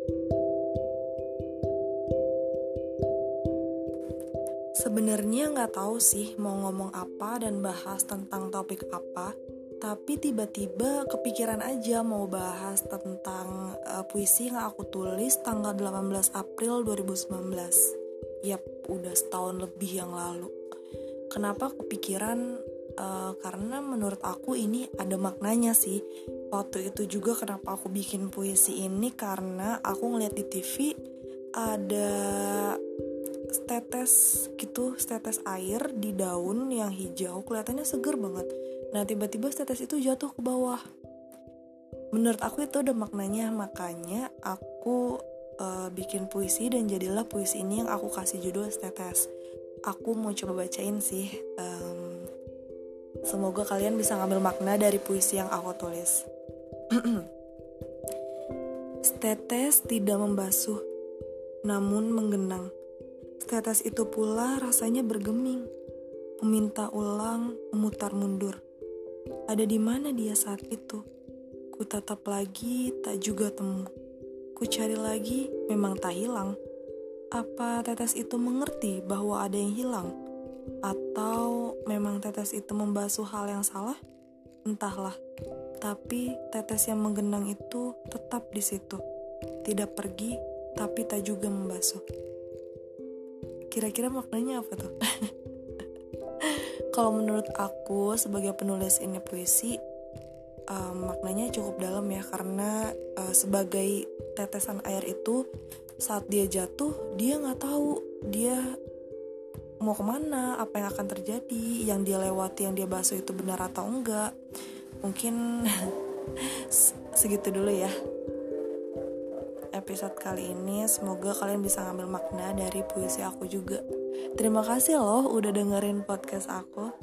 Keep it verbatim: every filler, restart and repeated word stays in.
Sebenarnya nggak tahu sih mau ngomong apa dan bahas tentang topik apa, tapi tiba-tiba kepikiran aja mau bahas tentang uh, puisi yang aku tulis tanggal delapan belas April dua ribu sembilan belas. Yap, udah setahun lebih yang lalu. Kenapa kepikiran? Uh, karena menurut aku ini ada maknanya sih. Waktu itu juga kenapa aku bikin puisi ini, karena aku ngeliat di T V ada setetes gitu, setetes air di daun yang hijau, kelihatannya seger banget. Nah tiba-tiba setetes itu jatuh ke bawah. Menurut aku itu ada maknanya, makanya aku uh, bikin puisi dan jadilah puisi ini yang aku kasih judul setetes. Aku mau coba bacain sih. Um, semoga kalian bisa ngambil makna dari puisi yang aku tulis. Setetes tidak membasuh, namun menggenang. Setetes itu pula rasanya bergeming, meminta ulang, memutar mundur. Ada di mana dia saat itu? Ku tatap lagi, tak juga temu. Ku cari lagi, memang tak hilang. Apa tetes itu mengerti bahwa ada yang hilang? Atau memang tetes itu membasuh hal yang salah? Entahlah. Tapi tetes yang menggenang itu tetap di situ. Tidak pergi, tapi tak juga membasuh. Kira-kira maknanya apa tuh? Kalau menurut aku sebagai penulis ini puisi, um, maknanya cukup dalam ya, karena uh, sebagai tetesan air itu saat dia jatuh dia nggak tahu dia mau kemana, apa yang akan terjadi, yang dia lewati, yang dia basuh itu benar atau enggak. Mungkin segitu dulu ya episode kali ini. Semoga kalian bisa ngambil makna dari puisi aku juga. Terima kasih loh udah dengerin podcast aku.